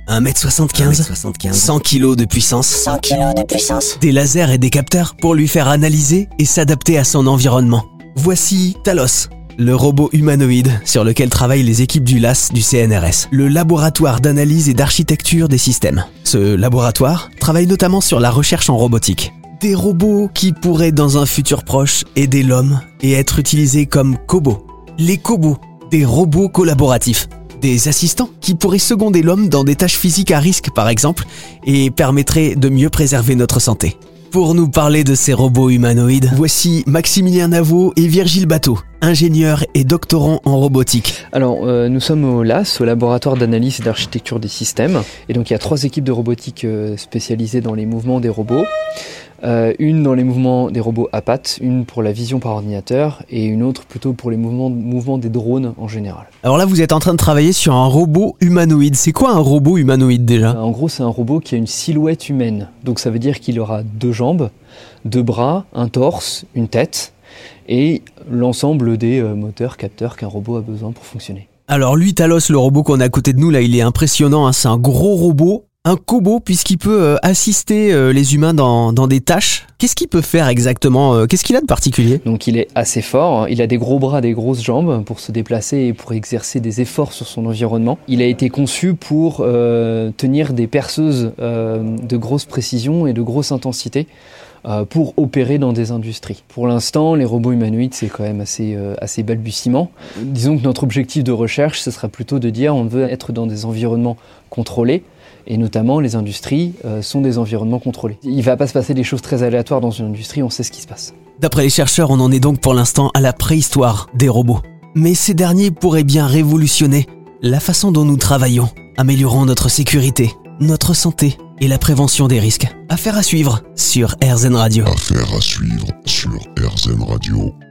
1m75, 100 kg de puissance, des lasers et des capteurs pour lui faire analyser et s'adapter à son environnement. Voici Talos, le robot humanoïde sur lequel travaillent les équipes du LAS du CNRS, le laboratoire d'analyse et d'architecture des systèmes. Ce laboratoire travaille notamment sur la recherche en robotique. Des robots qui pourraient dans un futur proche aider l'homme et être utilisés comme cobots. Les cobots, des robots collaboratifs. Des assistants qui pourraient seconder l'homme dans des tâches physiques à risque par exemple et permettraient de mieux préserver notre santé. Pour nous parler de ces robots humanoïdes, voici Maximilien Navot et Virgile Bateau, ingénieurs et doctorants en robotique. Alors, nous sommes au LAS, au laboratoire d'analyse et d'architecture des systèmes. Et donc, il y a 3 équipes de robotique spécialisées dans les mouvements des robots. Une dans les mouvements des robots à pattes, une pour la vision par ordinateur et une autre plutôt pour les mouvements des drones en général. Alors là, vous êtes en train de travailler sur un robot humanoïde. C'est quoi un robot humanoïde déjà ? En gros, c'est un robot qui a une silhouette humaine. Donc ça veut dire qu'il aura 2 jambes, 2 bras, un torse, une tête et l'ensemble des moteurs, capteurs qu'un robot a besoin pour fonctionner. Alors lui, Talos, le robot qu'on a à côté de nous, là, il est impressionnant, hein. C'est un gros robot. Un cobot puisqu'il peut assister les humains dans des tâches. Qu'est-ce qu'il peut faire exactement ? Qu'est-ce qu'il a de particulier ? Donc il est assez fort, il a des gros bras, des grosses jambes pour se déplacer et pour exercer des efforts sur son environnement. Il a été conçu pour tenir des perceuses de grosse précision et de grosse intensité pour opérer dans des industries. Pour l'instant, les robots humanoïdes, c'est quand même assez balbutiement. Disons que notre objectif de recherche, ce sera plutôt de dire on veut être dans des environnements contrôlés. Et notamment, les industries sont des environnements contrôlés. Il ne va pas se passer des choses très aléatoires dans une industrie, on sait ce qui se passe. D'après les chercheurs, on en est donc pour l'instant à la préhistoire des robots. Mais ces derniers pourraient bien révolutionner la façon dont nous travaillons, améliorant notre sécurité, notre santé et la prévention des risques. Affaire à suivre sur RZN Radio. Affaire à suivre sur RZN Radio.